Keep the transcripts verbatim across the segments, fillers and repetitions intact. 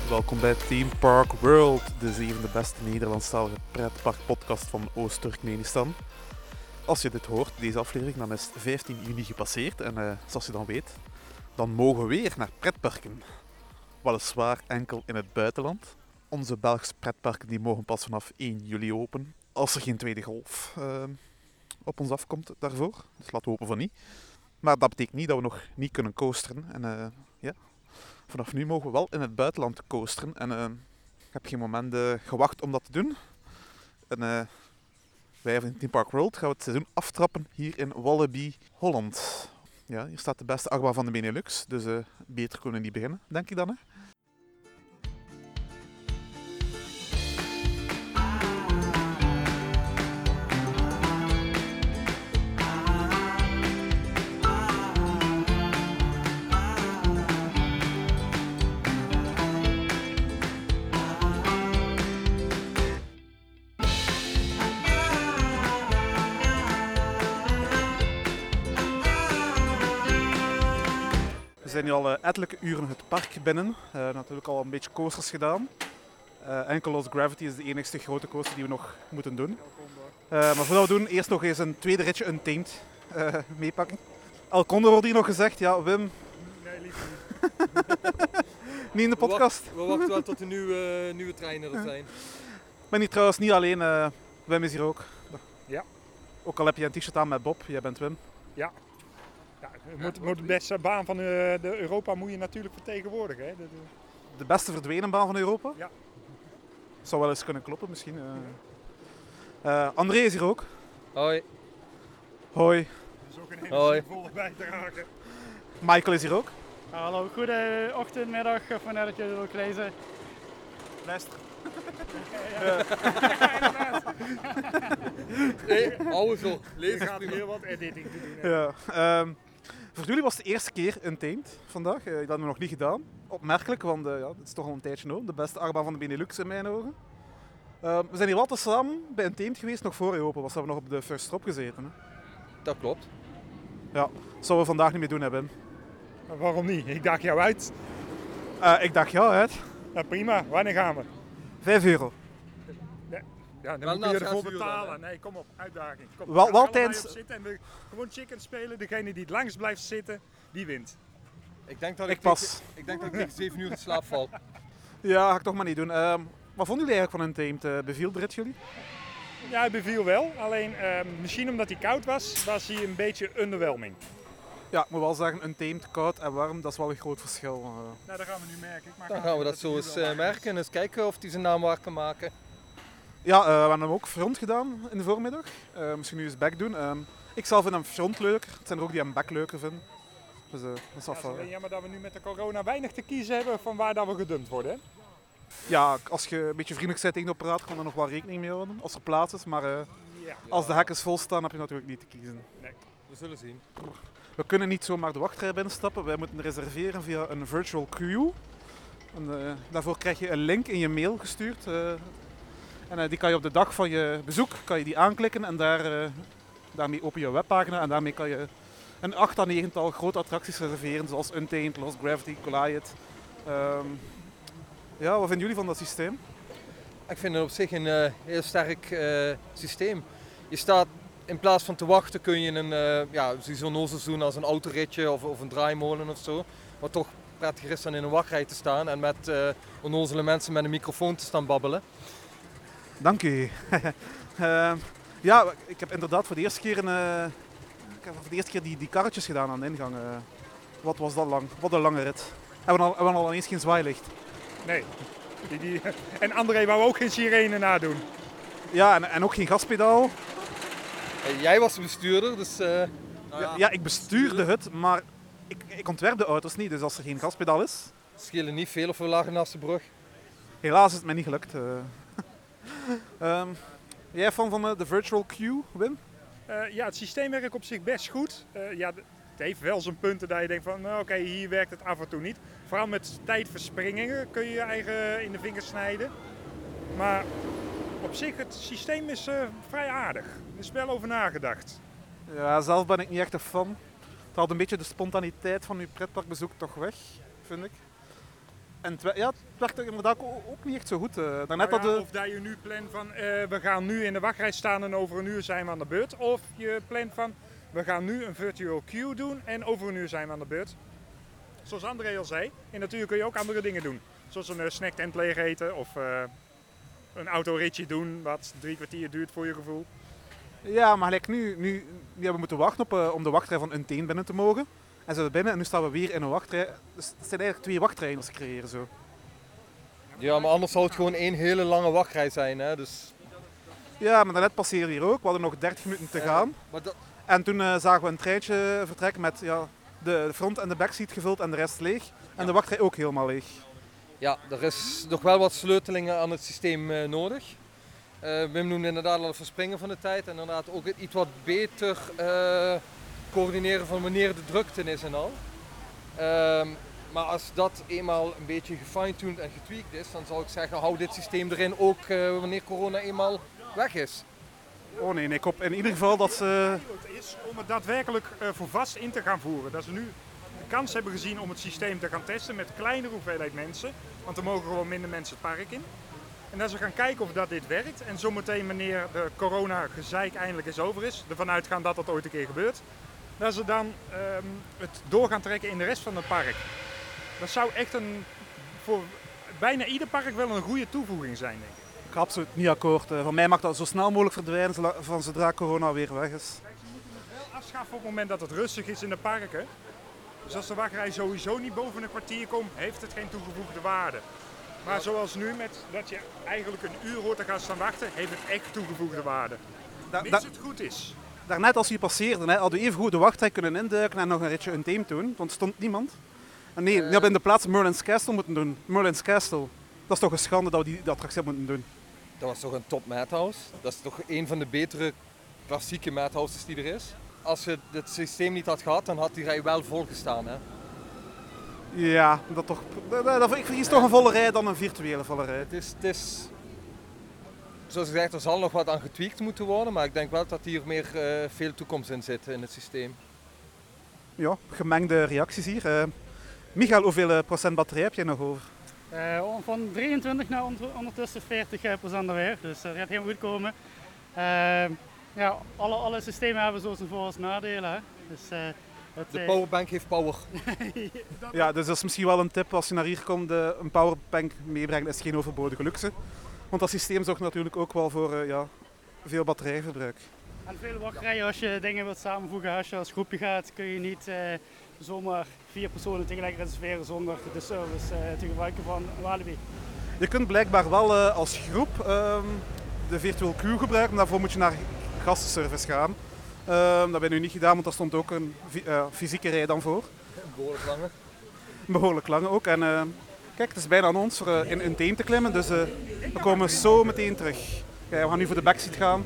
Welkom bij Theme Park World, de zevende beste Nederlandstalige pretparkpodcast van Oost-Turkmenistan. Als je dit hoort, deze aflevering, dan is het vijftien juni gepasseerd en uh, zoals je dan weet, dan mogen we weer naar pretparken. Weliswaar enkel in het buitenland. Onze Belgische pretparken die mogen pas vanaf één juli open, als er geen tweede golf uh, op ons afkomt daarvoor. Dus laten we hopen van niet. Maar dat betekent niet dat we nog niet kunnen coasteren. En uh, ja, vanaf nu mogen we wel in het buitenland coasteren. En uh, ik heb geen moment uh, gewacht om dat te doen. En uh, wij van Theme Park World gaan we het seizoen aftrappen hier in Walibi, Holland. Ja, hier staat de beste achtbaan van de Benelux, dus uh, beter kunnen we niet beginnen, denk je dan, hè? We zijn nu al uh, ettelijke uren het park binnen. Uh, natuurlijk al een beetje coasters gedaan. Uh, enkel Lost Gravity is de enigste grote coaster die we nog moeten doen. Uh, maar voordat we doen, eerst nog eens een tweede ritje Untamed uh, meepakken. El Condor wordt hier nog gezegd. Ja, Wim? Nee, liever niet. Niet in de podcast? We wachten, we wachten wel tot de nieuwe, nieuwe treinen er zijn. Ik ben hier trouwens niet alleen. Uh, Wim is hier ook. Ja. Ook al heb je een t-shirt aan met Bob. Jij bent Wim. Ja. Ja, moet, moet de beste baan van de, de Europa moet je natuurlijk vertegenwoordigen. Hè? De, de... de beste verdwenen baan van Europa? Ja. Zou wel eens kunnen kloppen misschien. Uh, uh, André is hier ook. Hoi. Hoi. Dat is ook een hele Hoi. zinvolle bijdrage. Michael is hier ook. Hallo, goede ochtend, middag, of wanneer dat jullie ook lezen. Luister. Nee, hou eens op. Lees Je het gaat prima. heel wat editing te doen. Hè? Ja, um, voor jullie was het de eerste keer Untamed vandaag. Uh, dat hebben we nog niet gedaan. Opmerkelijk, want uh, ja, het is toch al een tijdje open. De beste achtbaan van de Benelux in mijn ogen. Uh, we zijn hier altijd samen bij Untamed geweest, nog voor hij open was. We hebben nog op de first stop gezeten. Hè. Dat klopt. Ja, dat zouden we vandaag niet meer doen hebben. Maar waarom niet? Ik daag jou uit. Uh, ik dacht ja, uit. Nou, prima, wanneer gaan we? Vijf euro. Ja, dan Wel moet je na ervoor zes uur betalen. dan, hè? Nee, kom op, uitdaging. Kom, Wel- we gaan wel allebei tijdens- op zitten en we gewoon chicken spelen. Degene die het langst blijft zitten, die wint. Ik denk dat Ik ik, pas. Tegen, ik denk dat ik tegen zeven uur in slaap val. Ja, ga ik toch maar niet doen. Uh, wat vonden jullie eigenlijk van Untamed? Uh, beviel de rit jullie? Ja, hij beviel wel. Alleen eh, misschien omdat hij koud was, was hij een beetje underwhelming. Ja, ik moet wel zeggen, Untamed, koud en warm, dat is wel een groot verschil. Uh, Nou, dat gaan we nu merken. Ik maak Dan aan gaan we dat dat zo het eens nu wel uh, waar is. merken en eens kijken of hij zijn naam waar kan maken. Ja, uh, we hebben hem ook front gedaan in de voormiddag. Uh, misschien nu eens back doen. Um, ik zelf vind hem front leuker. Het zijn er ook die hem back leuker vinden. Dus uh, dat is Ja, het af. is Uh, alleen jammer dat we nu met de corona weinig te kiezen hebben van waar dat we gedumpt worden. Hè? ja, als je een beetje vriendelijk bent tegen de operator, kan er nog wel rekening mee houden. Als er plaats is. Maar uh, Ja. als de hekken vol staan, heb je natuurlijk niet te kiezen. We zullen zien. We kunnen niet zomaar de wachtrij binnenstappen. Wij moeten reserveren via een virtual queue. En, uh, daarvoor krijg je een link in je mail gestuurd. Uh, en uh, die kan je op de dag van je bezoek kan je die aanklikken. En daar, uh, daarmee open je een webpagina. En daarmee kan je een acht à negental grote attracties reserveren. Zoals Untamed, Lost Gravity, Goliath. Um, ja, wat vinden jullie van dat systeem? Ik vind het op zich een uh, heel sterk uh, systeem. Je staat, in plaats van te wachten kun je een, uh, ja, zo'n nozels doen als een autoritje of, of een draaimolen of zo. Wat toch prettiger is dan in een wachtrij te staan en met uh, onnozele mensen met een microfoon te staan babbelen. Dank u. uh, ja, ik heb inderdaad voor de eerste keer, een, uh, ik heb voor de eerste keer die, die karretjes gedaan aan de ingang. Uh, wat was dat lang? Wat een lange rit. Hebben we al, hebben we al ineens geen zwaailicht? Nee. Die, die... En André wou ook geen sirene nadoen. Ja, en, en ook geen gaspedaal. Uh, jij was de bestuurder, dus... Uh, nou Ja, ja, ik bestuurde het, maar ik, ik ontwerp de auto's niet. Dus als er geen gaspedaal is, Het schelen niet veel of we lagen naast de brug. helaas is het mij niet gelukt. Uh, um, jij fan van uh, de virtual queue, Wim? Uh, ja, het systeem werkt op zich best goed. Uh, ja, het heeft wel zijn punten dat je denkt van, nou, oké, okay, hier werkt het af en toe niet. Vooral met tijdverspringingen kun je je eigen in de vingers snijden. Maar op zich, het systeem is uh, vrij aardig. Er is wel over nagedacht. Ja, zelf ben ik niet echt een fan. Het haalt een beetje de spontaniteit van uw pretparkbezoek toch weg, vind ik. En het, ja, het werkt inderdaad ook, ook niet echt zo goed. Uh, daarnet nou ja, hadden... Of dat je nu plant van, uh, we gaan nu in de wachtrij staan en over een uur zijn we aan de beurt. Of je plant van, we gaan nu een virtual queue doen en over een uur zijn we aan de beurt. Zoals André al zei. En natuurlijk kun je ook andere dingen doen. Zoals een uh, snacktent leeg eten of uh, een autoritje doen wat drie kwartier duurt voor je gevoel. Ja, maar gelijk nu, nu, nu hebben we moeten wachten op, uh, om de wachtrij van Untamed binnen te mogen. En zijn we binnen en nu staan we weer in een wachtrij. Dus het zijn eigenlijk twee wachtrijen als ze creëren zo. Ja, maar anders zou het gewoon één hele lange wachtrij zijn. Hè? Dus... Ja, maar daarnet passeerde hier ook. We hadden nog dertig minuten te gaan. Uh, maar dat... En toen uh, zagen we een treintje vertrekken met ja, de front- en de backseat gevuld en de rest leeg. En ja. de wachtrij ook helemaal leeg. Ja, er is nog wel wat sleutelingen aan het systeem uh, nodig. Uh, Wim noemde inderdaad al het verspringen van de tijd. En inderdaad ook het iets wat beter uh, coördineren van wanneer de drukte is en al. Uh, maar als dat eenmaal een beetje gefine-tuned en getweakt is, dan zou ik zeggen, hou dit systeem erin ook uh, wanneer corona eenmaal weg is. Oh nee, nee, ik hoop in ieder geval dat ze... is om het daadwerkelijk uh, voor vast in te gaan voeren. Dat ze nu de kans hebben gezien om het systeem te gaan testen met kleinere hoeveelheid mensen. Want er mogen gewoon minder mensen het park in. En dat ze gaan kijken of dat dit werkt. En zometeen wanneer de corona-gezeik eindelijk eens over is, ervan uitgaan dat dat ooit een keer gebeurt. Dat ze dan um, het door gaan trekken in de rest van het park. Dat zou echt een, voor bijna ieder park wel een goede toevoeging zijn, denk ik. Ik ga absoluut niet akkoord. Uh, voor mij mag dat zo snel mogelijk verdwijnen van zodra corona weer weg is. Kijk, ze moeten het wel afschaffen op het moment dat het rustig is in de parken. Dus als de wachtrij sowieso niet boven een kwartier komt, heeft het geen toegevoegde waarde. Maar zoals nu, met dat je eigenlijk een uur hoort te gaan staan wachten, heeft het echt toegevoegde waarde. Da, Mits het goed is. Daarnet als je passeerde, hè, hadden we even goed de wachtrij kunnen induiken en nog een ritje Untamed doen, want er stond niemand. En nee, uh, die hebben in de plaats Merlin's Castle moeten doen. Merlin's Castle. Dat is toch een schande dat we die, die attractie moeten doen. Dat was toch een top madhouse? Dat is toch een van de betere klassieke madhouses die er is? Als je het systeem niet had gehad, dan had die rij wel volgestaan, hè? Ja, dat toch, dat, dat, ik verkies toch een volle rij dan een virtuele volle rij. Het is, het is, zoals gezegd, er zal nog wat aan getweakt moeten worden, maar ik denk wel dat hier meer uh, veel toekomst in zit in het systeem. Ja, gemengde reacties hier. Uh, Michael, hoeveel uh, procent batterij heb jij nog over? Uh, van drieëntwintig naar ondertussen veertig procent alweer, dus dat gaat helemaal goed komen. Uh, ja, alle, alle systemen hebben zo zijn voor- en nadelen. Hè. Dus, uh, het, de powerbank heeft power. Ja, dus dat is misschien wel een tip als je naar hier komt, uh, een powerbank meebrengen is geen overbodige luxe. Want dat systeem zorgt natuurlijk ook wel voor uh, ja, veel batterijverbruik. En veel wachtrijen, als je dingen wilt samenvoegen, als je als groepje gaat, kun je niet uh, zomaar vier personen tegelijk reserveren zonder de service uh, te gebruiken van Walibi. Je kunt blijkbaar wel uh, als groep uh, de virtual queue gebruiken, maar daarvoor moet je naar gastenservice gaan. Uh, dat hebben we nu niet gedaan, want daar stond ook een uh, fysieke rij dan voor. Behoorlijk lange. Behoorlijk lang ook. En uh, kijk, het is bijna aan ons voor uh, in Untamed te klimmen, dus uh, we komen zo meteen terug. Kijk, we gaan nu voor de backseat gaan.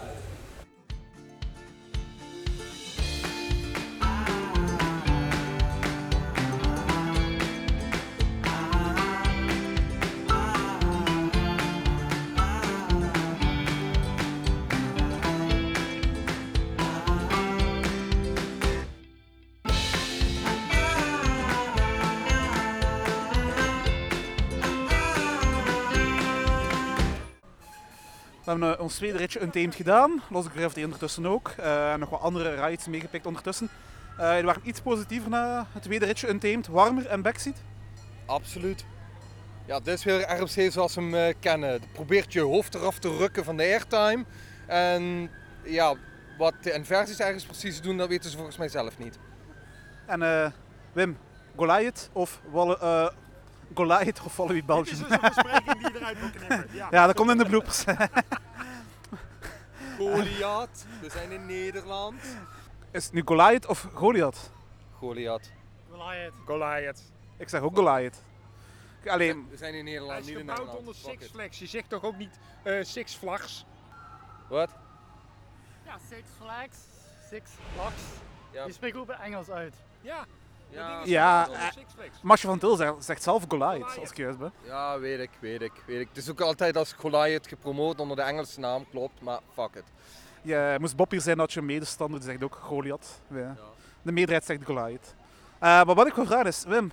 We hebben uh, ons tweede ritje Untamed gedaan. Lost Gravity ondertussen ook. Uh, nog wat andere rides meegepikt ondertussen. Uh, jullie waren iets positiever na het tweede ritje Untamed. Warmer en backseat? Absoluut. Ja, dit is weer R M C zoals we hem uh, kennen. Je probeert je hoofd eraf te rukken van de airtime. En ja, wat de inversies ergens precies doen, dat weten ze volgens mij zelf niet. En uh, Wim, Goliath of Walle, uh, Goliath of Walibi Belgium? Dit is dus een verspreking die je eruit moet knippen. Ja, ja, dat komt in de bloopers. Goliath, we zijn in Nederland. Is het nu Goliath of Goliath? Goliath. Goliath. Goliath. Ik zeg ook Goliath. Alleen... We zijn in Nederland, Hij is niet in gebouwd Nederland. onder Six Flags. Je zegt toch ook niet uh, Six Flags? Wat? Ja, Six Flags, Six Flags. Ja. Je spreekt ook bij Engels uit. Ja. Ja, ja uh, Masje van Til zegt, zegt zelf Goliath, Goliath, als ik juist ben. Ja, weet ik, weet ik, weet ik. Het is ook altijd als Goliath gepromoot onder de Engelse naam, klopt, maar fuck it. Je moest Bob hier zijn dat je een medestander, die zegt ook Goliath. Ja. Ja. De meerderheid zegt Goliath. Uh, maar wat ik wil vragen is, Wim,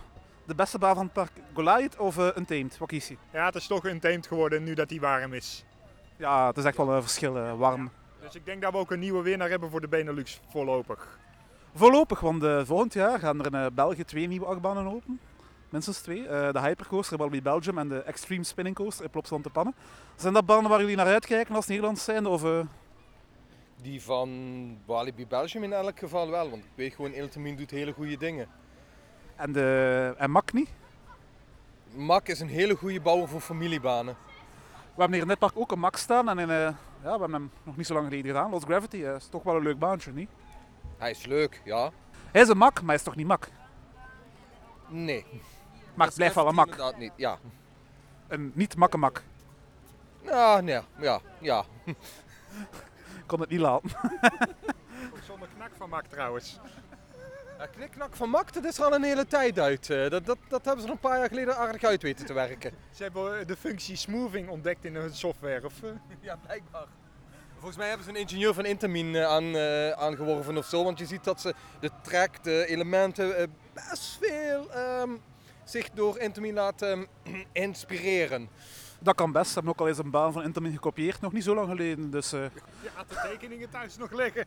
de beste baan van het park? Goliath of uh, Untamed? Wat kies je? Ja, het is toch Untamed geworden nu dat die warm is. Ja, het is echt wel een verschil, uh, warm. Ja. Dus ik denk dat we ook een nieuwe winnaar hebben voor de Benelux voorlopig. Voorlopig, want uh, volgend jaar gaan er in uh, België twee nieuwe achtbanen open. Minstens twee. Uh, de Hypercoaster Walibi Belgium en de Extreme Spinning Coaster in Plopsaland te Pannen. Zijn dat banen waar jullie naar uitkijken als Nederlands zijn? Of, uh... Die van Walibi Belgium in elk geval wel, want ik weet gewoon, Intamin doet hele goede dingen. En, de... en M A C niet? M A C is een hele goede bouwer voor familiebanen. We hebben hier in dit park ook een M A C staan en in, uh... ja, we hebben hem nog niet zo lang geleden gedaan. Lost Gravity uh, is toch wel een leuk baantje, niet? Hij is leuk, ja. Hij is een M A C, maar hij is toch niet M A C? Nee. Maar het blijft wel een M A C. Inderdaad niet, ja. Een niet-makke-mak. Ja, nee, ja, ja. Ik kon het niet laten. Ook zonder knak van Mak trouwens. Ja, knik-knak van M A C, dat is er al een hele tijd uit. Dat, dat, dat hebben ze er een paar jaar geleden aardig uit weten te werken. Ze hebben de functie smoothing ontdekt in hun software, of? Ja, blijkbaar. Volgens mij hebben ze een ingenieur van Intamin aan, uh, aangeworven of zo, want je ziet dat ze de track, de elementen, uh, best veel um, zich door Intamin laten um, inspireren. Dat kan best. Ze hebben ook al eens een baan van Intamin gekopieerd, nog niet zo lang geleden. Dus, uh... Je had de tekeningen thuis nog liggen.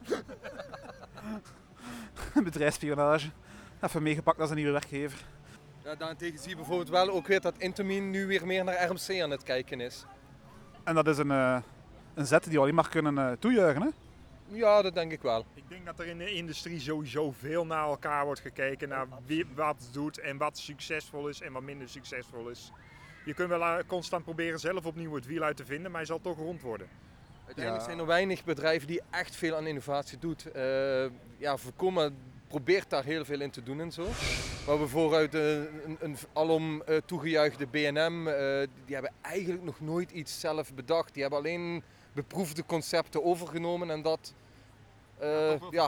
Bedrijfsspionage. Even meegepakt als een nieuwe werkgever. Ja, daarentegen zie je bijvoorbeeld wel ook weer dat Intamin nu weer meer naar R M C aan het kijken is. En dat is een, uh, een zet die we alleen maar kunnen uh, toejuichen, hè? Ja, dat denk ik wel. Ik denk dat er in de industrie sowieso veel naar elkaar wordt gekeken, naar wie wat doet en wat succesvol is en wat minder succesvol is. Je kunt wel uh, constant proberen zelf opnieuw het wiel uit te vinden, maar hij zal toch rond worden. Uiteindelijk Ja. zijn er weinig bedrijven die echt veel aan innovatie doen. Uh, ja, Vekoma probeert daar heel veel in te doen en zo. Maar bijvoorbeeld uh, een, een alom uh, toegejuichte B en M, uh, die hebben eigenlijk nog nooit iets zelf bedacht. Die hebben alleen beproefde concepten overgenomen en dat... Uh, ja,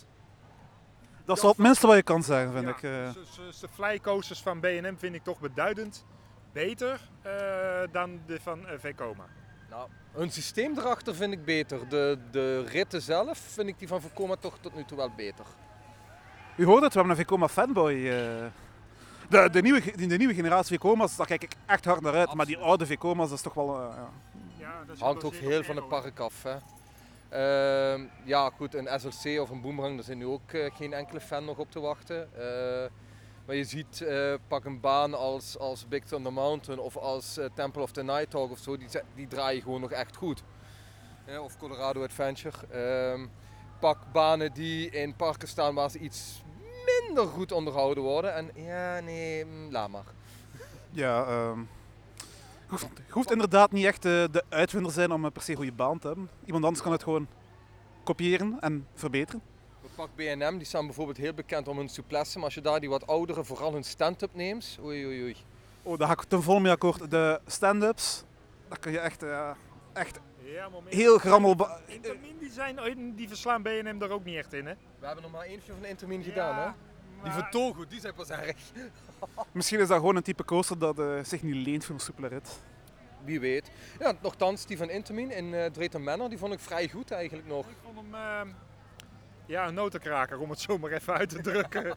Dat is wel het minste wat je kan zeggen, vind ja, ik. Uh. Dus, dus de flycoasters van B en M vind ik toch beduidend beter uh, dan de van uh, Vekoma. Nou, hun systeem erachter vind ik beter. De, de ritten zelf vind ik die van Vekoma toch tot nu toe wel beter. U hoort het, we hebben een Vekoma fanboy. Uh. De, de, nieuwe, de nieuwe generatie Vekoma's, daar kijk ik echt hard naar uit. Absoluut. Maar die oude Vekoma's, dat is toch wel... Uh, ja. Ja, dat is hangt ook heel van het park af. Hè. Uh, ja goed, een S L C of een Boomerang, daar zijn nu ook uh, geen enkele fan nog op te wachten. Uh, maar je ziet, uh, pak een baan als, als Big Thunder Mountain of als uh, Temple of the Nighthawk of zo, die, die draaien gewoon nog echt goed. Uh, of Colorado Adventure. Uh, pak banen die in parken staan waar ze iets minder goed onderhouden worden. En ja, nee, laat maar. Ja, um... Je hoeft, je hoeft inderdaad niet echt de, de uitvinder zijn om per se een goede baan te hebben. Iemand anders kan het gewoon kopiëren en verbeteren. Pak B en M, die staan bijvoorbeeld heel bekend om hun souplesse, maar als je daar die wat oudere, vooral hun stand-up neemt, oei oei oei. Oh, daar ga ik ten volle mee akkoord. De stand-ups, daar kun je echt, uh, echt ja, heel grammel... Intamin, die, zijn, die verslaan B en M er ook niet echt in, hè? We hebben nog maar eentje van Intamin ja, gedaan, hè? Maar... Die van Togo, die zijn pas erg. Misschien is dat gewoon een type coaster dat uh, zich niet leent voor een soepele rit. Wie weet. Ja, nochtans, die van Intamin in uh, Drayton Manor, die vond ik vrij goed eigenlijk nog. Ik vond hem, uh, ja, een notenkraker, om het zo maar even uit te drukken.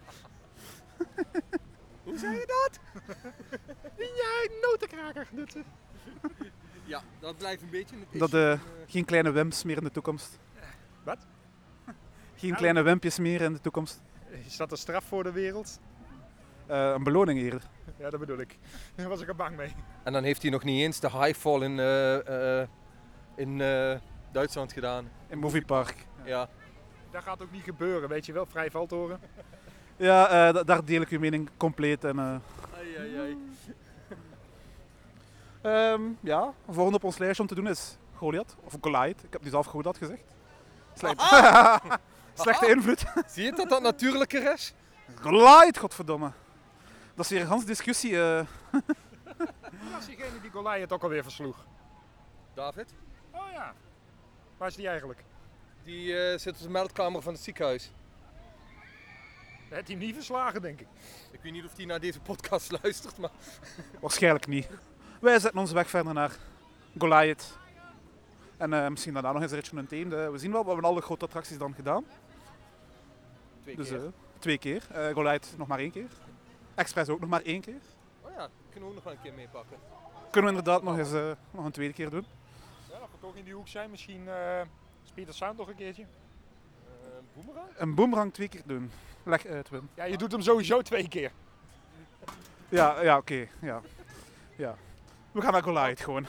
Hoe zei je dat? Ja, een notenkraker. Ja, dat blijft een beetje een Dat uh, uh, geen kleine wimps meer in de toekomst. Wat? Geen ja, kleine wimpjes meer in de toekomst. Is dat een straf voor de wereld? Uh, een beloning eerder. Ja, dat bedoel ik. Daar was ik er bang mee. En dan heeft hij nog niet eens de highfall in, uh, uh, in uh, Duitsland gedaan. In Moviepark. Ja. ja. Dat gaat ook niet gebeuren, weet je wel, vrij valtoren. Ja, uh, daar deel ik uw mening compleet. En, uh... ai, ai, ai. um, ja, volgende op ons lijstje om te doen is Goliath, of Goliath. Ik heb nu zelf Goliath gezegd. Slecht. Slechte invloed. Zie je dat dat natuurlijker is? Goliath, godverdomme. Dat is weer een hele discussie. Uh... Wie was diegene die Goliath ook alweer versloeg? David. Oh ja. Waar is die eigenlijk? Die uh, zit op de meldkamer van het ziekenhuis. Hij heeft hij niet verslagen, denk ik. Ik weet niet of hij naar deze podcast luistert, maar... Waarschijnlijk niet. Wij zetten onze weg verder naar Goliath. En uh, misschien daarna nog eens een ritje Untamed. Uh, we zien wel, we hebben alle grote attracties dan gedaan. Twee dus, keer. Uh, twee keer. Uh, Goliath nog maar één keer. Express ook nog maar één keer. Oh ja, kunnen we ook nog wel een keer meepakken. Kunnen we inderdaad nog eens uh, nog een tweede keer doen. Ja, dat we toch in die hoek zijn. Misschien uh, Speeder Sound nog een keertje. Uh, boomerang? Een boomerang twee keer doen. Leg uit, Wim. Ja, je doet hem sowieso twee keer. Ja, ja oké. Okay, ja. Ja. We gaan naar Goliath gewoon.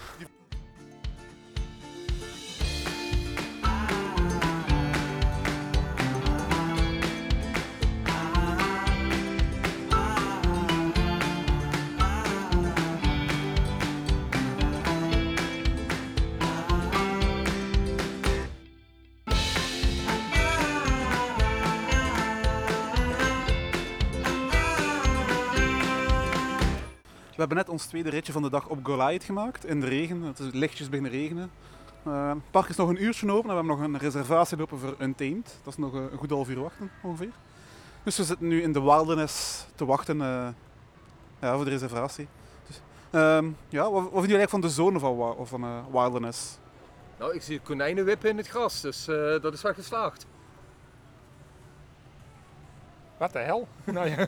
We hebben net ons tweede ritje van de dag op Goliath gemaakt, in de regen. Het is lichtjes beginnen regenen. Uh, het park is nog een uurtje open en we hebben nog een reservatie lopen voor Untamed. Dat is nog een goed half uur wachten, ongeveer. Dus we zitten nu in de wilderness te wachten uh, ja, voor de reservatie. Dus, um, ja, wat, wat vinden jullie eigenlijk van de zone van, van uh, wilderness? Nou, ik zie konijnen wippen in het gras, dus uh, dat is wel geslaagd. Wat de hel? Nou ja.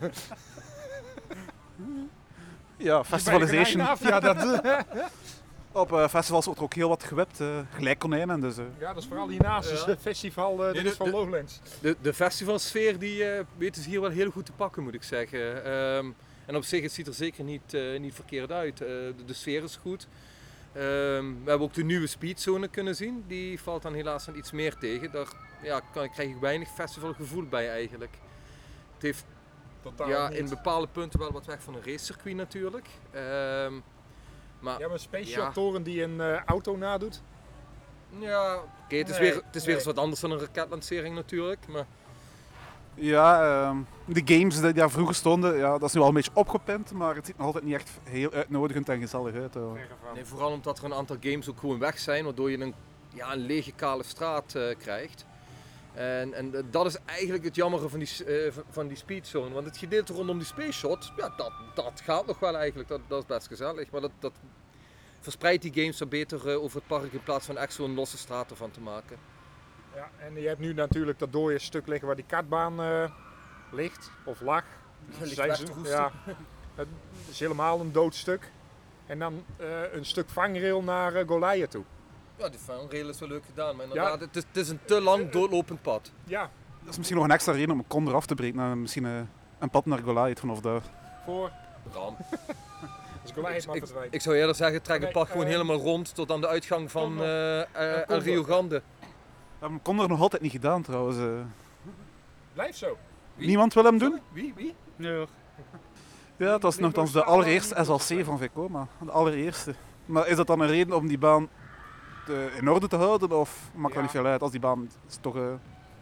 Ja, festivalization. Af, ja, dat... Op uh, festivals wordt er ook heel wat gewipt, uh, gelijk konijnen. Dus, uh. Ja, dat is vooral hiernaast, dus het festival uh, nee, de, van Lowlands. De, de festivalsfeer die uh, weten ze hier wel heel goed te pakken, moet ik zeggen. Um, en op zich, het ziet er zeker niet, uh, niet verkeerd uit. Uh, de, de sfeer is goed. Um, we hebben ook de nieuwe speedzone kunnen zien. Die valt dan helaas dan iets meer tegen. Daar ja, kan, krijg ik weinig festivalgevoel bij eigenlijk. Het heeft Totaal ja, niet. in bepaalde punten wel wat weg van een racecircuit natuurlijk. Um, maar, ja, maar Space ja. Shuttle die een uh, auto nadoet? Ja, oké, okay, het is, nee, weer, het is nee. weer eens wat anders dan een raketlancering natuurlijk. Maar... Ja, um, de games die daar vroeger stonden, ja, dat is nu al een beetje opgepint, maar het ziet nog altijd niet echt heel uitnodigend en gezellig uit. Uh. Nee, vooral omdat er een aantal games ook gewoon weg zijn, waardoor je een, ja, een lege kale straat uh, krijgt. En, en dat is eigenlijk het jammere van die, uh, van die speedzone. Want het gedeelte rondom die space shot, ja, dat, dat gaat nog wel eigenlijk. Dat, dat is best gezellig. Maar dat, dat verspreidt die games dan beter uh, over het park in plaats van echt zo'n losse straat ervan te maken. Ja, en je hebt nu natuurlijk dat dode stuk liggen waar die kartbaan uh, ligt, of lag. Ja, Zijn ze, ja, het is helemaal een dood stuk. En dan uh, een stuk vangrail naar uh, Goliath toe. Ja, die vangrail is wel leuk gedaan, maar inderdaad, ja. het, is, het is een te lang doodlopend pad. Ja. Dat is misschien nog een extra reden om een kon eraf te breken en misschien uh, een pad naar Goliath vanaf daar. Voor? Ram. Dus Goliath mag ik, verdwijnen. ik zou eerder zeggen, trek het nee, pad gewoon uh, helemaal rond tot aan de uitgang van uh, uh, uh, Rio Grande. We hebben hem er nog altijd niet gedaan trouwens. Uh. Blijf zo. Wie? Niemand wil hem doen? Wie? Wie? Nee hoor. Ja, het was nogthans de allereerste S L C van Vekoma. De allereerste. Maar is dat dan een reden om die baan te, in orde te houden of maakt ja. dat niet veel uit als die baan is toch... Uh...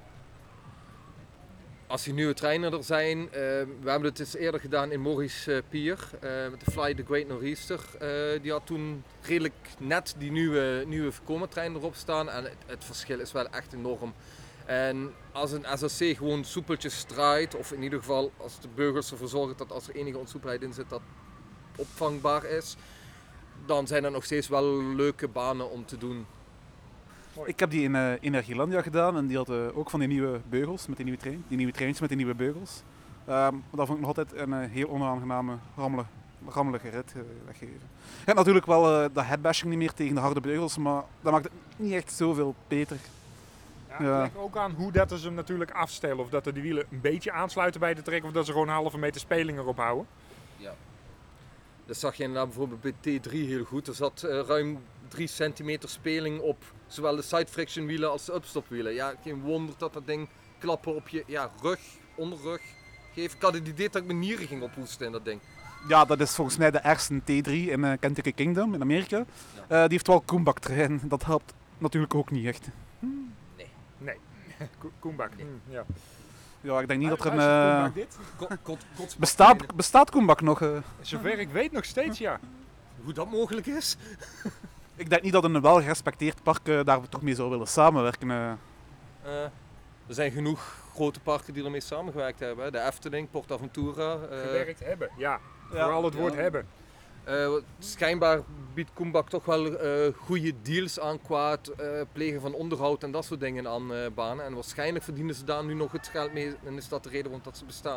Als die nieuwe treinen er zijn, uh, we hebben het eens eerder gedaan in Maurice uh, Pier uh, met de Fly the Great Nor'easter. Uh, die had toen redelijk net die nieuwe, nieuwe Vekoma-trein erop staan en het, het verschil is wel echt enorm. En als een S L C gewoon soepeltjes draait, of in ieder geval als de beugels ervoor zorgen dat als er enige onsoepelheid in zit dat opvangbaar is, dan zijn er nog steeds wel leuke banen om te doen. Ik heb die in uh, Energielandia gedaan en die had uh, ook van die nieuwe beugels met die nieuwe trein, die nieuwe treintjes met die nieuwe beugels. Um, dat vond ik nog altijd een uh, heel onaangename, rammelige, rammelige rit uh, weggeven. Je hebt natuurlijk wel uh, dat headbashing niet meer tegen de harde beugels, maar dat maakt het niet echt zoveel beter. Ja, het ja. ligt ook aan hoe dat ze hem natuurlijk afstellen. Of dat er die wielen een beetje aansluiten bij de trek of dat ze gewoon een halve meter speling erop houden. Ja. Dat zag je inderdaad bijvoorbeeld bij T drie heel goed. Er zat uh, ruim drie centimeter speling op zowel de side friction wielen als de upstop-wielen. Ja, geen wonder dat dat ding klappen op je ja, rug, onderrug geeft. Ik had het idee dat ik mijn nieren ging ophoesten in dat ding. Ja, dat is volgens mij de ergste T drie in uh, Kentucky Kingdom in Amerika. Ja. Uh, die heeft wel Koenbak-trein. Dat helpt natuurlijk ook niet echt. Hmm. Nee. Nee. Ko Koenbak. Nee. Mm, ja. Ja, ik denk niet Hij, dat er een... Uh, dit? Kot, kot, kot, bestaat, bestaat Koenbak nog? Uh? Zover ik weet nog steeds, ja. Hoe dat mogelijk is? Ik denk niet dat een welgerespecteerd park uh, daar toch mee zou willen samenwerken. Uh. Uh, er zijn genoeg grote parken die ermee samengewerkt hebben. De Efteling, PortAventura. Uh, Gewerkt hebben, ja. ja. Vooral het woord ja. hebben. Uh, schijnbaar biedt Koenbak toch wel uh, goede deals aan qua het uh, plegen van onderhoud en dat soort dingen aan uh, banen. En waarschijnlijk verdienen ze daar nu nog het geld mee en is dat de reden waarom dat ze bestaan.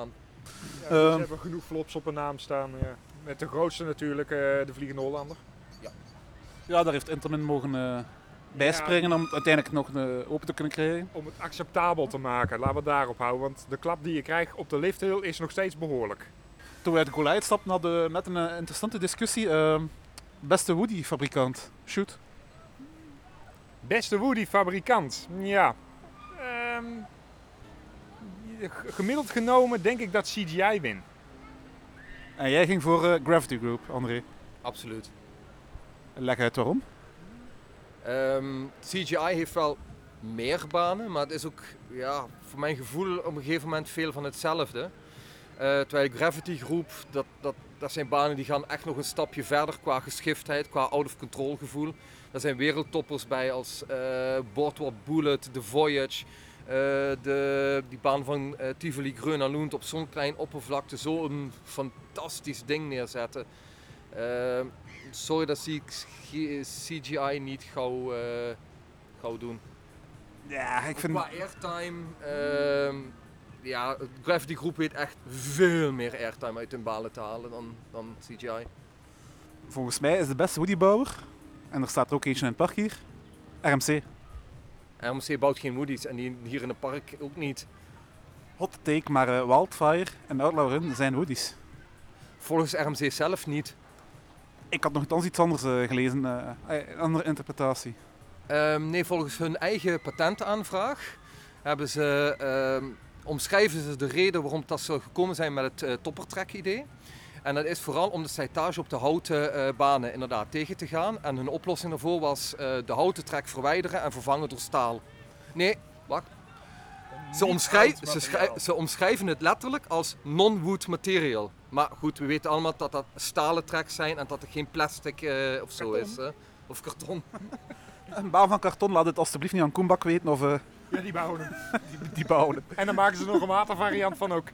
Ja, dus Ehm, ze hebben genoeg flops op een naam staan. Ja. Met de grootste natuurlijk, uh, de Vliegende Hollander. Ja, daar heeft Intamin mogen uh, bijspringen Ja, om het uiteindelijk nog uh, open te kunnen krijgen. om het acceptabel te maken, laten we het daarop houden. Want de klap die je krijgt op de lifthill is nog steeds behoorlijk. Toen wij de goal uitstapten hadden we net een uh, interessante discussie. Uh, beste Woody-fabrikant, shoot. Beste Woody-fabrikant, ja. Um, gemiddeld genomen denk ik dat C G I wint. En jij ging voor uh, Gravity Group, André. Absoluut. Leg uit waarom. Um, C G I heeft wel meer banen, maar het is ook ja, voor mijn gevoel op een gegeven moment veel van hetzelfde. Uh, terwijl Gravity Group, dat, dat, dat zijn banen die gaan echt nog een stapje verder qua geschiktheid, qua out-of-control gevoel. Daar zijn wereldtoppers bij als uh, Boardwalk Bullet, The Voyage, uh, de, die baan van uh, Tivoli Gröna Lund op zo'n klein oppervlakte zo'n fantastisch ding neerzetten. Uh, sorry dat zie ik C G I niet gauw, uh, gauw doen. Ja, ik vind... Qua airtime, uh, ja, Gravity Group weet echt veel meer airtime uit hun balen te halen dan, dan C G I. Volgens mij is de beste Woody-bouwer, en er staat er ook eentje in het park hier, R M C. R M C bouwt geen Woody's en die hier in het park ook niet. Hot take, maar uh, Wildfire en Outlaw Run zijn Woody's. Volgens R M C zelf niet. Ik had nogthans iets anders uh, gelezen, uh, een andere interpretatie. Um, nee, volgens hun eigen patentaanvraag hebben ze, um, omschrijven ze de reden waarom dat ze gekomen zijn met het uh, toppertrek-idee. En dat is vooral om de slijtage op de houten uh, banen inderdaad tegen te gaan. En hun oplossing daarvoor was uh, de houten trek verwijderen en vervangen door staal. Nee, wacht. Ze, omschrij ze, schrijf ze omschrijven het letterlijk als non-wood material. Maar goed, we weten allemaal dat dat stalen tracks zijn en dat er geen plastic uh, of zo karton. is. Uh, of karton. Een baan van karton, laat het alstublieft niet aan Koenbak weten of... Uh, Ja, die bouwen hem. die, die bouwen het. En dan maken ze er nog een watervariant van ook.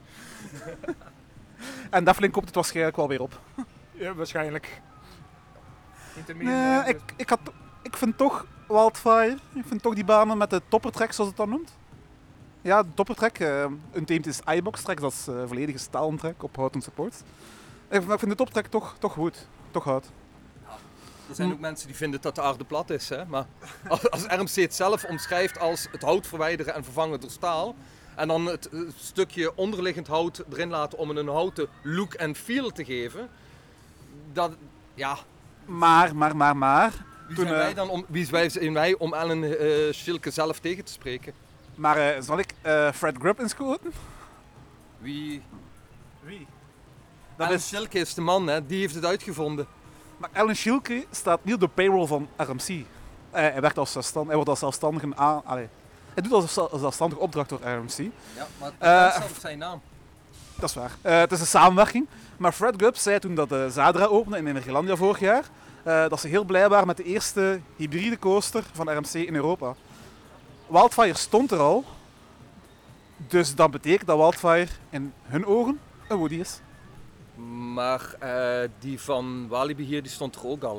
En Deflin koopt het waarschijnlijk wel weer op. Ja, waarschijnlijk. Nee, ik, ik, had, ik vind toch Wildfire, ik vind toch die banen met de toppertrek zoals het dan noemt. Ja, de toppertrek, uh, een teamt is iBox trek, dat is uh, volledige stalen trek op houten support. Ik, ik vind de toptrek toch, toch goed, toch hout. Er zijn ook mensen die vinden dat de aarde plat is, hè? Maar als, als R M C het zelf omschrijft als het hout verwijderen en vervangen door staal, en dan het uh, stukje onderliggend hout erin laten om een houten look en feel te geven, dat, ja... Maar, maar, maar, maar... Wie toen, zijn uh, wij dan om, wie zijn wij om Alan uh, Schilke zelf tegen te spreken? Maar uh, zal ik uh, Fred Grubb insquoten? Wie? Wie? Dat Alan is... Schilke is de man, hè? Die heeft het uitgevonden. Maar Alan Schilke staat niet op de payroll van R M C. Uh, hij, werkt als zelfstandig, hij wordt als zelfstandige aan... Allee. Hij doet als zelf, zelfstandige opdracht door R M C. Ja, maar het Uh, staat op zijn naam. Dat is waar. Uh, het is een samenwerking. Maar Fred Grubb zei toen dat de Zadra opende in Energielandia vorig jaar, uh, dat ze heel blij waren met de eerste hybride coaster van R M C in Europa. Wildfire stond er al, dus dat betekent dat Wildfire in hun ogen een Woody is. Maar uh, die van Walibi hier, die stond er ook al.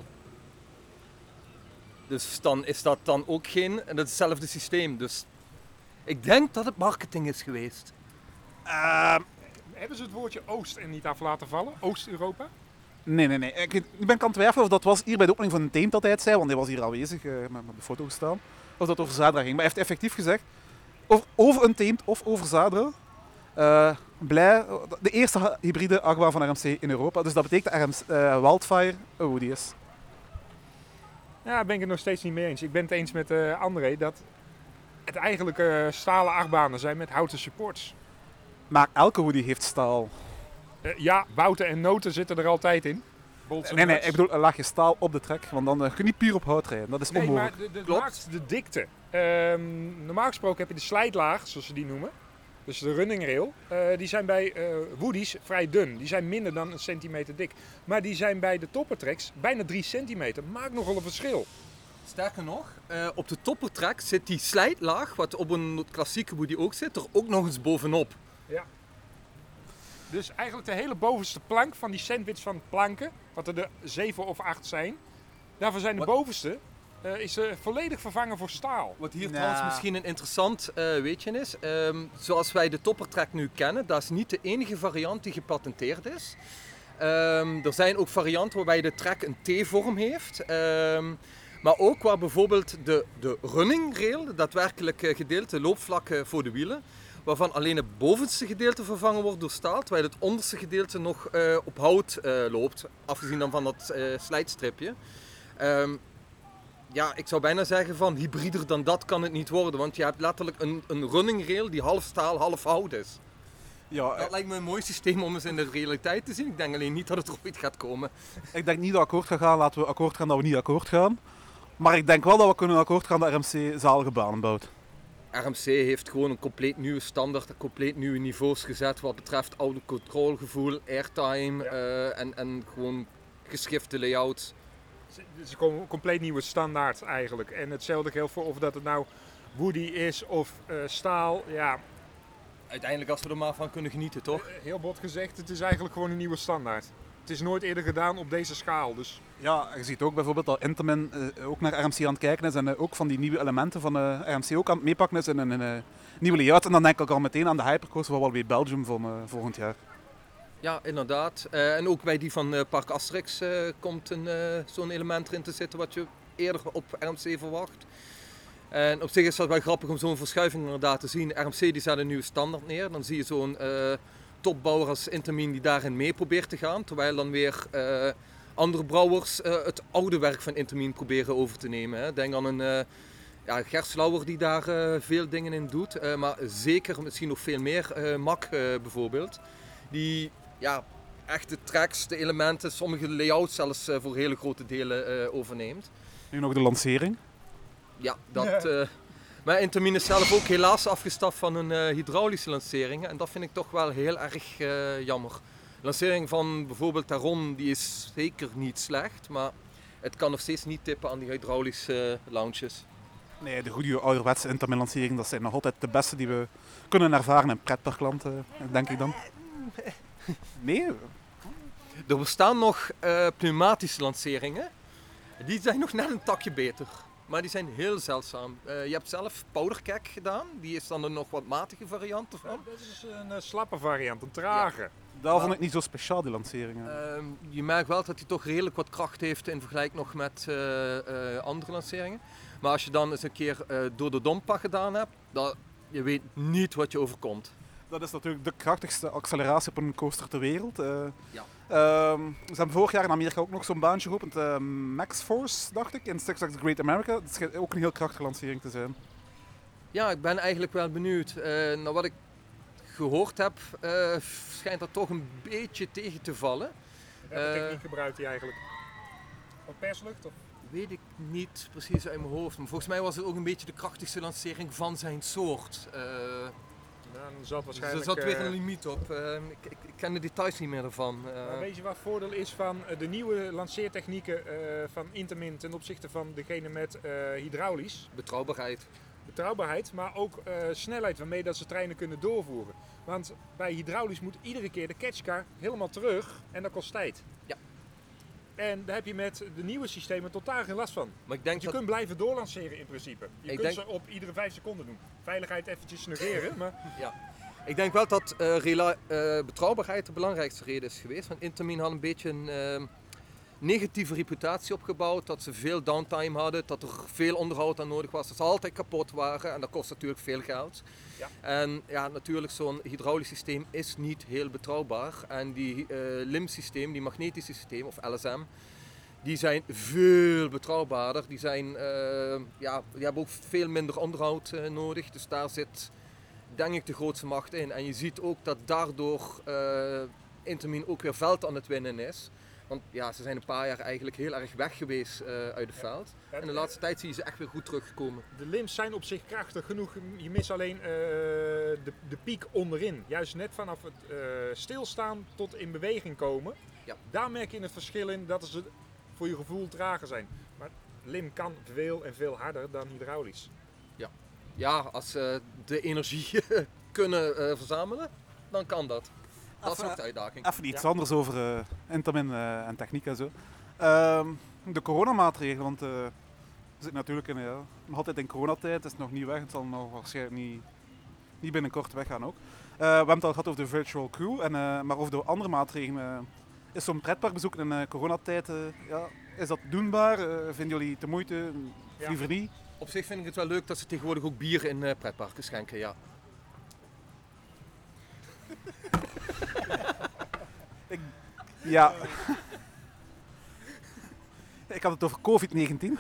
Dus dan is dat dan ook geen, en dat is hetzelfde systeem. Dus ik denk dat het marketing is geweest. Uh, Hebben ze het woordje Oost er niet af laten vallen? Oost-Europa? nee, nee, nee. Ik, ik ben kan twijfelen of dat was hier bij de opening van een team dat hij het zei, want hij was hier aanwezig uh, met, met de foto gestaan. Of dat over Zadra ging. Maar hij heeft effectief gezegd, over, over een team of over Zadra, uh, blij, de eerste hybride achtbaan van R M C in Europa. Dus dat betekent dat R M C, uh, Wildfire een Woody is. Ja, daar ben ik het nog steeds niet mee eens. Ik ben het eens met uh, André dat het eigenlijk uh, stalen achtbanen zijn met houten supports. Maar elke Woody heeft staal. Uh, ja, bouten en noten zitten er altijd in. Bolts en Nee, nee, nuts. ik bedoel een laagje staal op de trek, want dan uh, kun je niet puur op hout rijden. Dat is Nee, onmogelijk. maar de, de, Klopt. maakt de dikte. Um, normaal gesproken heb je de slijtlaag, zoals ze die noemen. Dus de running rail. Uh, die zijn bij uh, Woody's vrij dun. Die zijn minder dan een centimeter dik. Maar die zijn bij de toppertracks bijna drie centimeter. Maakt nogal een verschil. Sterker nog, uh, op de toppertrek zit die slijtlaag, wat op een klassieke Woody ook zit, er ook nog eens bovenop. Ja. Dus eigenlijk de hele bovenste plank van die sandwich van planken, wat er de zeven of acht zijn, daarvan zijn de Wat? bovenste uh, is uh, volledig vervangen voor staal. Wat hier Ja. trouwens misschien een interessant uh, weetje is. Um, zoals wij de Toppertrek nu kennen, dat is niet de enige variant die gepatenteerd is. Um, er zijn ook varianten waarbij de trek een T-vorm heeft. Um, maar ook waar bijvoorbeeld de, de running rail, het daadwerkelijke gedeelte, loopvlakken voor de wielen, waarvan alleen het bovenste gedeelte vervangen wordt door staal, terwijl het onderste gedeelte nog uh, op hout uh, loopt, afgezien dan van dat uh, slijtstripje. Um, ja, ik zou bijna zeggen van hybrider dan dat kan het niet worden, want je hebt letterlijk een, een running rail die half staal, half hout is. Ja, Dat lijkt me een mooi systeem om eens in de realiteit te zien. Ik denk alleen niet dat het er ooit gaat komen. ik denk niet dat we akkoord gaan gaan. Laten we akkoord gaan dat we niet akkoord gaan. Maar ik denk wel dat we kunnen akkoord gaan dat R M C zalige banen bouwt. R M C heeft gewoon een compleet nieuwe standaard, een compleet nieuwe niveaus gezet wat betreft autocontrolegevoel, airtime Ja. uh, en, en gewoon geschrifte layouts. Het is een compleet nieuwe standaard eigenlijk. En hetzelfde geldt voor of dat het nou Woody is of uh, staal. Ja, Uiteindelijk als we er maar van kunnen genieten, toch? heel bot gezegd, het is eigenlijk gewoon een nieuwe standaard. Het is nooit eerder gedaan op deze schaal. Dus Ja, je ziet ook bijvoorbeeld dat Intamin uh, ook naar R M C aan het kijken is en uh, ook van die nieuwe elementen van uh, R M C ook aan het meepakken is in een uh, nieuwe layout. En dan denk ik al meteen aan de Hypercoaster van Walibi Belgium van uh, volgend jaar. Ja, inderdaad. Uh, en ook bij die van uh, Park Asterix uh, komt een, uh, zo'n element erin te zitten wat je eerder op R M C verwacht. En op zich is dat wel grappig om zo'n verschuiving inderdaad te zien. R M C die zet een nieuwe standaard neer. Dan zie je zo'n uh, topbouwer als Intamin die daarin mee probeert te gaan. Terwijl dan weer uh, andere brouwers uh, het oude werk van Intamin proberen over te nemen. Hè. Denk aan een uh, ja, Gert Slauwer die daar uh, veel dingen in doet. Uh, maar zeker misschien nog veel meer. Uh, Mac uh, bijvoorbeeld. Die ja, echt de tracks, de elementen, sommige layouts zelfs uh, voor hele grote delen uh, overneemt. Nu nog de lancering. Ja, dat... Uh, maar Intamin is zelf ook helaas afgestapt van een uh, hydraulische lancering. En dat vind ik toch wel heel erg uh, jammer. De lancering van bijvoorbeeld Taron die is zeker niet slecht. Maar het kan nog steeds niet tippen aan die hydraulische uh, launches. Nee, de goede ouderwetse Intamin lancering, dat zijn nog altijd de beste die we kunnen ervaren in pretparkland, uh, denk ik dan. Nee? Er bestaan nog uh, pneumatische lanceringen. Die zijn nog net een takje beter. Maar die zijn heel zeldzaam. Uh, je hebt zelf powderkeg gedaan. Die is dan een nog wat matige variant ervan. dat is een uh, slappe variant, een trage. Ja. Dat vond ik niet zo speciaal, die lanceringen. Uh, je merkt wel dat hij toch redelijk wat kracht heeft in vergelijking nog met uh, uh, andere lanceringen. Maar als je dan eens een keer uh, door de Dompa gedaan hebt, dan, je weet niet wat je overkomt. Dat is natuurlijk de krachtigste acceleratie op een coaster ter wereld. Uh, Ja. Um, ze hebben vorig jaar in Amerika ook nog zo'n baantje geopend, uh, Max Force, dacht ik, in Six Flags Great America. Dat schijnt ook een heel krachtige lancering te zijn. Ja, ik ben eigenlijk wel benieuwd. Uh, naar wat ik gehoord heb, uh, schijnt dat toch een beetje tegen te vallen. Welke Uh, techniek gebruikt hij eigenlijk? Van perslucht? Of? Weet ik niet precies uit mijn hoofd, maar volgens mij was het ook een beetje de krachtigste lancering van zijn soort. Uh, Nou, dan zat dus waarschijnlijk... er zat weer uh, een limiet op. Uh, ik, ik, ik ken de details niet meer ervan. Uh, Maar weet je wat het voordeel is van uh, de nieuwe lanceertechnieken uh, van Intamin ten opzichte van degene met uh, hydraulisch? betrouwbaarheid. Betrouwbaarheid, maar ook uh, snelheid waarmee dat ze treinen kunnen doorvoeren. Want bij hydraulisch moet iedere keer de catchcar helemaal terug en dat kost tijd. Ja. En daar heb je met de nieuwe systemen totaal geen last van. Maar ik denk Want je dat... kunt blijven doorlanceren in principe. Je Ik kunt denk- ze op iedere vijf seconden doen. Veiligheid eventjes negeren, maar Ik denk wel dat uh, rela- uh, betrouwbaarheid de belangrijkste reden is geweest. Want Intamin had een beetje een uh, negatieve reputatie opgebouwd. Dat ze veel downtime hadden, dat er veel onderhoud aan nodig was. Dat ze altijd kapot waren en dat kost natuurlijk veel geld. Ja. En ja, natuurlijk zo'n hydraulisch systeem is niet heel betrouwbaar. En die uh, L I M systeem, die magnetische systeem of L S M, die zijn veel betrouwbaarder. Die, zijn, uh, ja, die hebben ook veel minder onderhoud uh, nodig. Dus daar zit denk ik de grootste macht in. En je ziet ook dat daardoor uh, Intamin ook weer veld aan het winnen is. Want ja, ze zijn een paar jaar eigenlijk heel erg weg geweest uh, uit het veld. Ja, En de laatste tijd zie je ze echt weer goed terugkomen. de limbs zijn op zich krachtig genoeg. Je mist alleen uh, de, de piek onderin. Juist net vanaf het uh, stilstaan tot in beweging komen. Ja. Daar merk je het verschil in dat ze voor je gevoel trager zijn. Maar lim kan veel en veel harder dan hydraulisch. Ja, als ze de energie kunnen uh, verzamelen, dan kan dat. Dat is Even- ook de uitdaging. Even iets Ja. anders over uh, Intamin uh, en techniek en zo. Um, de coronamaatregelen, want uh, We zitten natuurlijk in, ja, nog altijd in coronatijd, het is nog niet weg, het zal nog waarschijnlijk niet, niet binnenkort weggaan ook. Uh, we hebben het al gehad over de virtual queue, en, uh, maar over de andere maatregelen. Uh, is zo'n pretparkbezoek in uh, coronatijd, uh, ja, is dat doenbaar? Uh, vinden jullie het de moeite? Ja. Liever niet? Op zich vind ik het wel leuk dat ze tegenwoordig ook bier in uh, pretparken schenken, ja. ik, ja. Ik had het over covid negentien.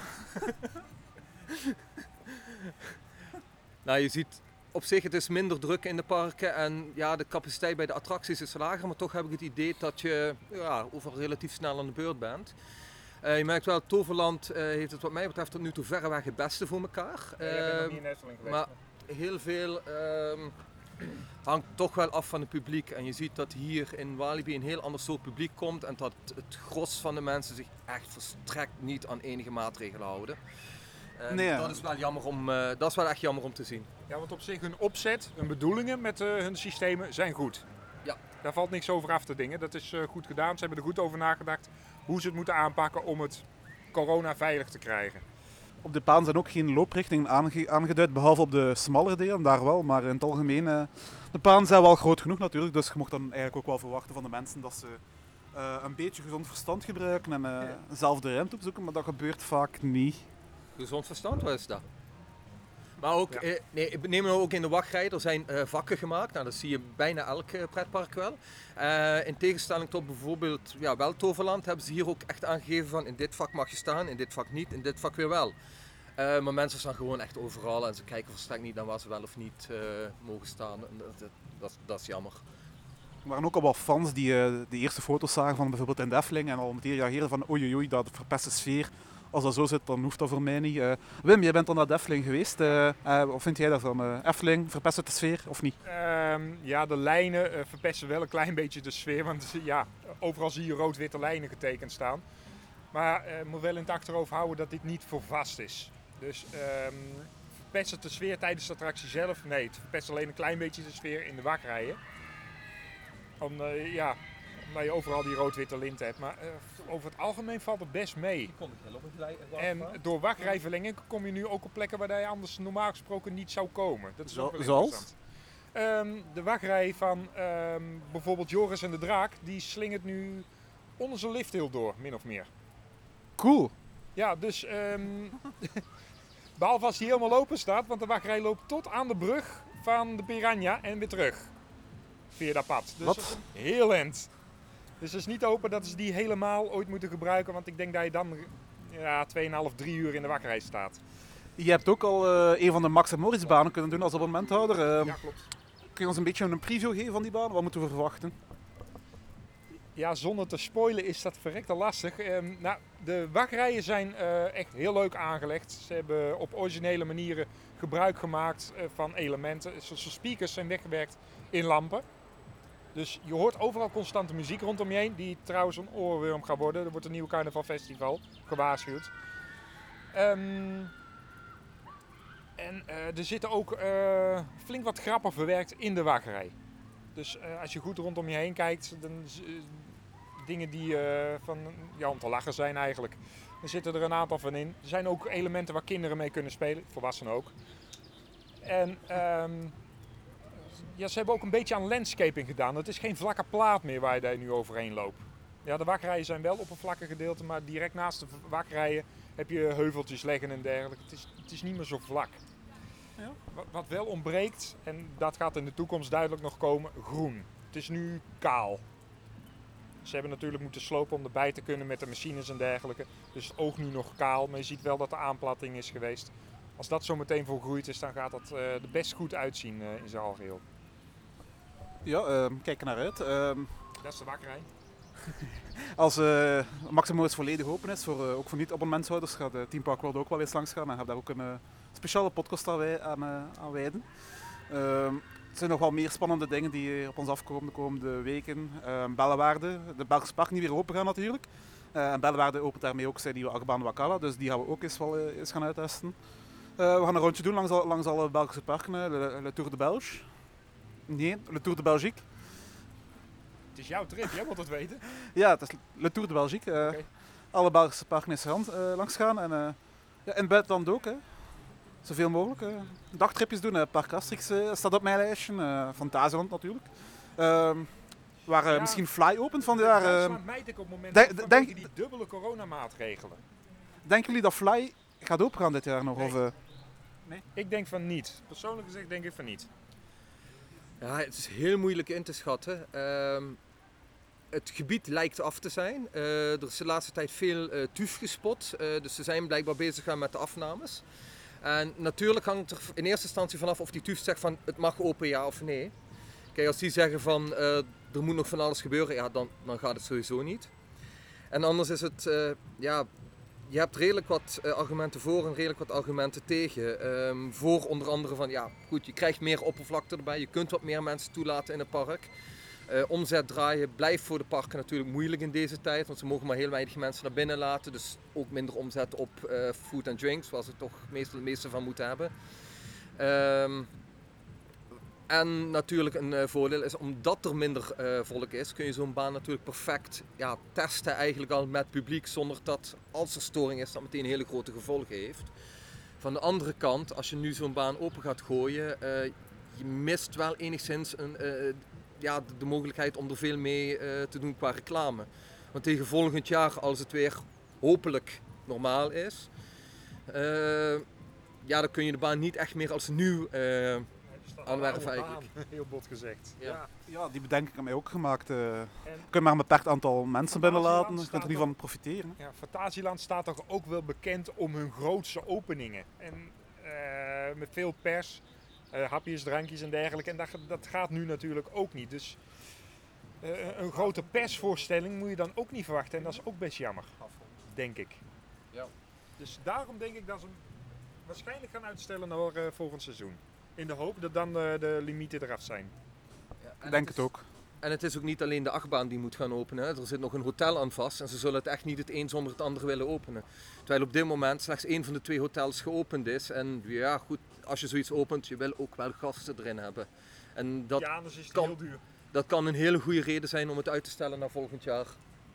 Nou, je ziet op zich, het is minder druk in de parken en ja, de capaciteit bij de attracties is lager, maar toch heb ik het idee dat je ja, overal relatief snel aan de beurt bent. Uh, je merkt wel, Toverland uh, heeft het wat mij betreft tot nu toe verreweg het beste voor elkaar. Ja, jij bent nog niet in Efteling geweest. Maar heel veel uh, hangt toch wel af van het publiek. En je ziet dat hier in Walibi een heel ander soort publiek komt en dat het gros van de mensen zich echt verstrekt niet aan enige maatregelen houden. Uh, nee, ja. Dat is wel jammer om, uh, dat is wel echt jammer om te zien. Ja, want op zich hun opzet, hun bedoelingen met uh, hun systemen zijn goed. Ja. Daar valt niks over af te dingen. Dat is uh, goed gedaan. Ze hebben er goed over nagedacht hoe ze het moeten aanpakken om het corona veilig te krijgen. Op de baan zijn ook geen looprichtingen aange- aangeduid, behalve op de smallere delen, daar wel. Maar in het algemeen, uh, de baan zijn wel groot genoeg natuurlijk. Dus je mocht dan eigenlijk ook wel verwachten van de mensen dat ze uh, een beetje gezond verstand gebruiken en uh, ja. zelf de ruimte opzoeken. Maar dat gebeurt vaak niet. Gezond verstand, wat is dat? Maar ook, ja. eh, nee, neem nou ook in de wachtrij, er zijn uh, vakken gemaakt. Nou, dat zie je bijna elk uh, pretpark wel. Uh, in tegenstelling tot bijvoorbeeld ja, wel Toverland hebben ze hier ook echt aangegeven van in dit vak mag je staan, in dit vak niet, in dit vak weer wel. Uh, maar mensen staan gewoon echt overal en ze kijken volstrekt niet naar waar ze wel of niet uh, mogen staan. En dat, dat, dat, dat is jammer. Er waren ook al wat fans die uh, de eerste foto's zagen van bijvoorbeeld in de Efteling en al meteen reageerden van oei oei, dat verpest de sfeer. Als dat zo zit, dan hoeft dat voor mij niet. Uh, Wim, jij bent dan naar de Efteling geweest. Uh, uh, wat vind jij daarvan? Uh, Efteling, verpest het de sfeer of niet? Um, ja, de lijnen uh, verpesten wel een klein beetje de sfeer. Want ja, overal zie je rood-witte lijnen getekend staan. Maar je uh, moet wel in het achterhoofd houden dat dit niet voor vast is. Dus um, verpest het de sfeer tijdens de attractie zelf? Nee, het verpest alleen een klein beetje de sfeer in de wachtrijen. Om, uh, ja, omdat je overal die rood-witte lint hebt. Maar uh, over het algemeen valt het best mee. En door wachtrijverlenging kom je nu ook op plekken waar je anders normaal gesproken niet zou komen. Dat is ook wel interessant. Um, de wachtrij van um, bijvoorbeeld Joris en de Draak, die slingert nu onder zijn lift heel door, min of meer. Cool. Ja, dus um, behalve als die helemaal open staat, want de wachtrij loopt tot aan de brug van de Piranha en weer terug. Via dat pad. Dus Wat? Heel end. Dus het is niet open dat ze die helemaal ooit moeten gebruiken, want ik denk dat je dan ja, tweeënhalf, drie uur in de wachtrij staat. Je hebt ook al uh, een van de Max en Moritz banen kunnen doen als abonnementhouder. Uh, ja, klopt. Kun je ons een beetje een preview geven van die baan? Wat moeten we verwachten? Ja, zonder te spoilen is dat verrekte lastig. Um, nou, de wachtrijen zijn uh, echt heel leuk aangelegd. Ze hebben op originele manieren gebruik gemaakt uh, van elementen. Zoals speakers zijn weggewerkt in lampen. Dus je hoort overal constante muziek rondom je heen, die trouwens een oorworm gaat worden. Er wordt een nieuw carnavalfestival gewaarschuwd. Um, en uh, er zitten ook uh, flink wat grappen verwerkt in de wachtrij. Dus uh, als je goed rondom je heen kijkt, dan uh, dingen die uh, van, ja, om te lachen zijn eigenlijk. Er zitten er een aantal van in. Er zijn ook elementen waar kinderen mee kunnen spelen, volwassenen ook. En um, ja, ze hebben ook een beetje aan landscaping gedaan. Het is geen vlakke plaat meer waar je daar nu overheen loopt. Ja, de wachtrijen zijn wel oppervlakkige gedeelten, maar direct naast de wachtrijen heb je heuveltjes leggen en dergelijke. Het is, het is niet meer zo vlak. Ja. Wat, wat wel ontbreekt, en dat gaat in de toekomst duidelijk nog komen, groen. Het is nu kaal. Ze hebben natuurlijk moeten slopen om erbij te kunnen met de machines en dergelijke. Dus het oogt nu nog kaal, maar je ziet wel dat er aanplatting is geweest. Als dat zo meteen volgroeid is, dan gaat dat uh, er best goed uitzien uh, in zijn algeheel. Ja, uh, kijk er naar uit. Uh, dat is de wachtrij. Als uh, Max en Moritz volledig open is, voor, uh, ook voor niet-abonnementshouders, gaat uh, Team Park World ook wel eens langs gaan. En gaan daar ook een uh, speciale podcast aan, wij, aan, uh, aan wijden. Uh, er zijn nog wel meer spannende dingen die op ons afkomen de komende weken. Uh, Bellewaarde, de Belgische Park niet weer open gaan natuurlijk. Uh, en Bellewaarde opent daarmee ook zijn nieuwe achtbaan Wakala, dus die gaan we ook eens, wel, uh, eens gaan uittesten. Uh, we gaan een rondje doen langs, al, langs alle Belgische parken, uh, Le, Le Tour de Belge. Nee, Le Tour de Belgique. Het is jouw trip, jij wilt het weten. Ja, het is Le Tour de Belgique. Uh, okay. Alle Belgische parken eens rand, uh, langs gaan. En uh, Ja, in het buitenland ook, hè. Zoveel mogelijk. Hè. Dagtripjes doen. Hè. Park Asterix uh, staat op mijn lijstje. Uh, Fantasieland natuurlijk. Uh, waar uh, ja, misschien Fly opent van dit jaar. Uh, Duitsland mijt ik op het moment denk, denk, die dubbele coronamaatregelen. Denken jullie dat Fly gaat opengaan dit jaar nog? Nee. Of, uh, nee? Ik denk van niet. Persoonlijk gezegd denk ik van niet. Ja, het is heel moeilijk in te schatten. Uh, het gebied lijkt af te zijn. Uh, er is de laatste tijd veel uh, T U F gespot. Uh, dus ze zijn blijkbaar bezig gaan met de afnames. En natuurlijk hangt het er in eerste instantie vanaf of die T U F zegt van het mag open ja of nee. Kijk, als die zeggen van uh, er moet nog van alles gebeuren, ja, dan, dan gaat het sowieso niet. En anders is het, uh, ja, je hebt redelijk wat uh, argumenten voor en redelijk wat argumenten tegen. Um, voor onder andere van, ja goed, je krijgt meer oppervlakte erbij, je kunt wat meer mensen toelaten in het park. Uh, omzet draaien blijft voor de parken natuurlijk moeilijk in deze tijd, want ze mogen maar heel weinig mensen naar binnen laten. Dus ook minder omzet op uh, food and drinks, waar ze toch meestal het meeste van moeten hebben. Um, en natuurlijk een uh, voordeel is, omdat er minder uh, volk is, kun je zo'n baan natuurlijk perfect ja, testen eigenlijk al met publiek, zonder dat als er storing is, dat meteen hele grote gevolgen heeft. Van de andere kant, als je nu zo'n baan open gaat gooien, uh, je mist wel enigszins een... Uh, Ja, de, de mogelijkheid om er veel mee uh, te doen qua reclame. Want tegen volgend jaar, als het weer hopelijk normaal is, uh, ja, dan kun je de baan niet echt meer als nieuw uh, aanwerven eigenlijk. Heel bot gezegd. Ja, ja. ja die bedenking heb mij ook gemaakt. Uh, je kunt maar een beperkt aantal mensen binnenlaten, je kunt er niet van profiteren. Ja, Fantasieland staat toch ook wel bekend om hun grootste openingen. En uh, met veel pers. Uh, hapjes, drankjes en dergelijke. En dat, dat gaat nu natuurlijk ook niet. Dus uh, een grote persvoorstelling moet je dan ook niet verwachten. En dat is ook best jammer, denk ik. Ja. Dus daarom denk ik dat ze hem waarschijnlijk gaan uitstellen naar uh, volgend seizoen. In de hoop dat dan uh, de limieten eraf zijn. Ja, ik denk het, het ook. En het is ook niet alleen de achtbaan die moet gaan openen. Hè. Er zit nog een hotel aan vast en ze zullen het echt niet het een zonder het ander willen openen. Terwijl op dit moment slechts één van de twee hotels geopend is. En ja, goed, als je zoiets opent, je wil ook wel gasten erin hebben. En dat ja, anders is het kan, heel duur. Dat kan een hele goede reden zijn om het uit te stellen naar volgend jaar.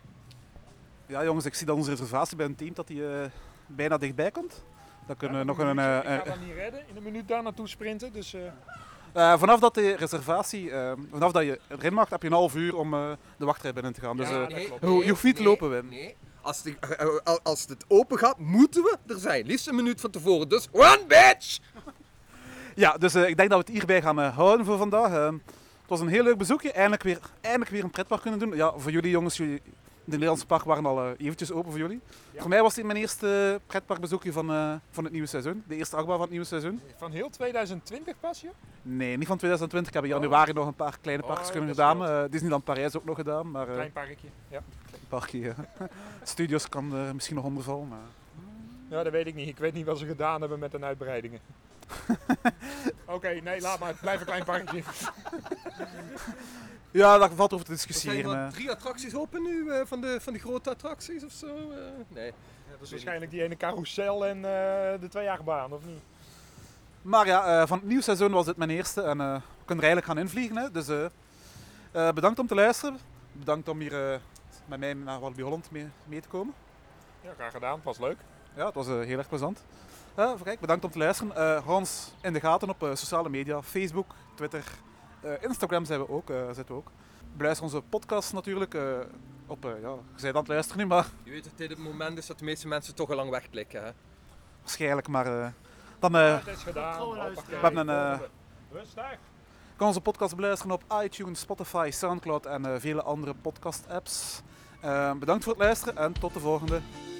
Ja jongens, ik zie dat onze reservatie bij een team dat die uh, bijna dichtbij komt. Dan kunnen ja, we nog een. een... Uh, ik uh, ga dat niet redden, in een minuut daar naartoe sprinten. Dus, uh... Uh, vanaf dat de reservatie, uh, vanaf dat je erin mag, heb je een half uur om uh, de wachtrij binnen te gaan. Dus uh, ja, nee, je, je hoeft niet te lopen winnen. Nee. Als, die, uh, als het open gaat, moeten we er zijn. Liefst een minuut van tevoren. Dus run, bitch! Ja, dus uh, ik denk dat we het hierbij gaan uh, houden voor vandaag. Uh, het was een heel leuk bezoekje. Eindelijk weer, eindelijk weer een pretpark kunnen doen. Ja, voor jullie jongens, jullie, de Nederlandse parken waren al uh, eventjes open voor jullie. Ja. Voor mij was dit mijn eerste pretparkbezoekje van, uh, van het nieuwe seizoen. De eerste achtbaan van het nieuwe seizoen. Van heel twintig twintig pas, joh? Nee, niet van twintig twintig. Ik heb in januari oh. nog een paar kleine parkjes oh, kunnen gedaan. Uh, Disneyland Parijs ook nog gedaan. Maar, uh, klein parkje, ja. Klein parkje, ja. Studios kan er misschien nog onder vallen. Maar... Ja, dat weet ik niet. Ik weet niet wat ze gedaan hebben met de uitbreidingen. Oké, okay, nee, laat maar. Het blijft een klein parkje. Ja, daar valt over te discussiëren. Er zijn er drie attracties open nu, uh, van, de, van die grote attracties of zo? Uh, nee. Ja, dat is waarschijnlijk die ene carousel en uh, de tweejaarbaan, of niet? Maar ja, uh, van het nieuwe seizoen was dit mijn eerste en uh, we kunnen er eigenlijk gaan invliegen. Hè. Dus uh, uh, bedankt om te luisteren. Bedankt om hier uh, met mij naar Walibi Holland mee, mee te komen. Ja, graag gedaan. Het was leuk. Ja, het was uh, heel erg plezant. Uh, kijk, bedankt om te luisteren. Uh, hou ons in de gaten op uh, sociale media, Facebook, Twitter, uh, Instagram zijn we ook, uh, zitten we ook. Beluister onze podcast natuurlijk uh, op, uh, ja, je bent aan het luisteren nu, maar... Je weet dat dit het moment is dat de meeste mensen toch al lang wegklikken, hè? Waarschijnlijk, maar uh, dan... Uh, ja, het is gedaan. We hebben een... Uh, Rustig. Je kan onze podcast beluisteren op iTunes, Spotify, Soundcloud en uh, vele andere podcast apps. Uh, bedankt voor het luisteren en tot de volgende.